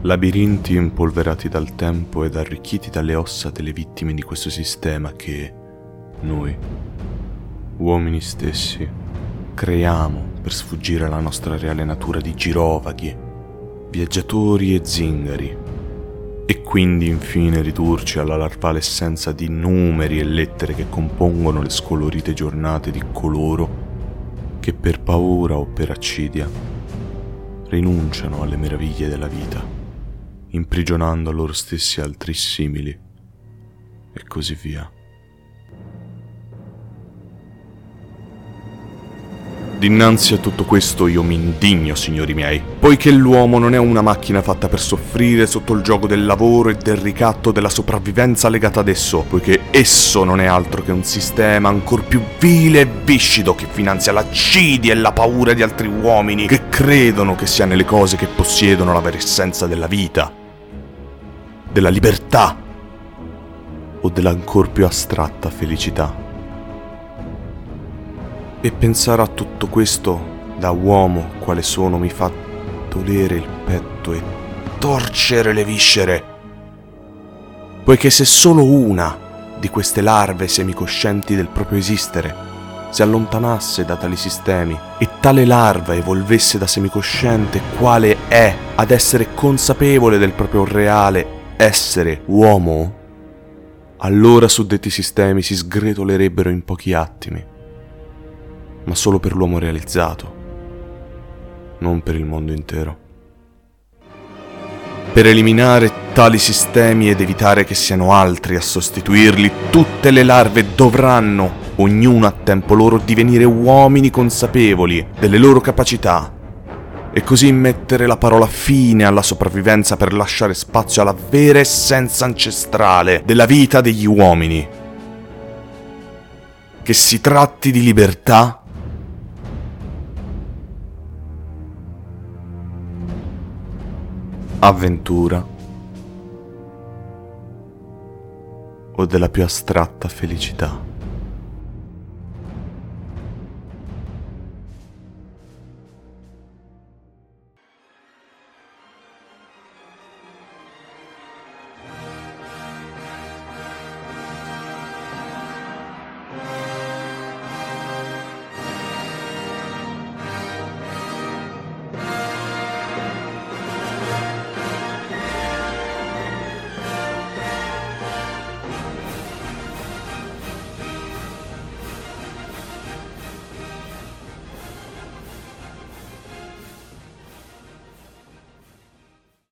Labirinti impolverati dal tempo ed arricchiti dalle ossa delle vittime di questo sistema che noi, uomini stessi, creiamo per sfuggire alla nostra reale natura di girovaghi, viaggiatori e zingari, e quindi infine ridurci alla larvale essenza di numeri e lettere che compongono le scolorite giornate di coloro che per paura o per accidia rinunciano alle meraviglie della vita, imprigionando a loro stessi altri simili, e così via. Dinanzi a tutto questo io mi indigno, signori miei, poiché l'uomo non è una macchina fatta per soffrire sotto il giogo del lavoro e del ricatto della sopravvivenza legata ad esso, poiché esso non è altro che un sistema ancor più vile e viscido che finanzia l'accidia e la paura di altri uomini che credono che sia nelle cose che possiedono la vera essenza della vita, della libertà o dell'ancor più astratta felicità. E pensare a tutto questo da uomo quale sono mi fa dolere il petto e torcere le viscere, poiché se solo una di queste larve semicoscienti del proprio esistere si allontanasse da tali sistemi e tale larva evolvesse da semicosciente quale è ad essere consapevole del proprio reale essere uomo, allora suddetti sistemi si sgretolerebbero in pochi attimi, ma solo per l'uomo realizzato, non per il mondo intero. Per eliminare tali sistemi ed evitare che siano altri a sostituirli, tutte le larve dovranno, ognuno a tempo loro, divenire uomini consapevoli delle loro capacità e così mettere la parola fine alla sopravvivenza per lasciare spazio alla vera essenza ancestrale della vita degli uomini. Che si tratti di libertà, avventura o della più astratta felicità.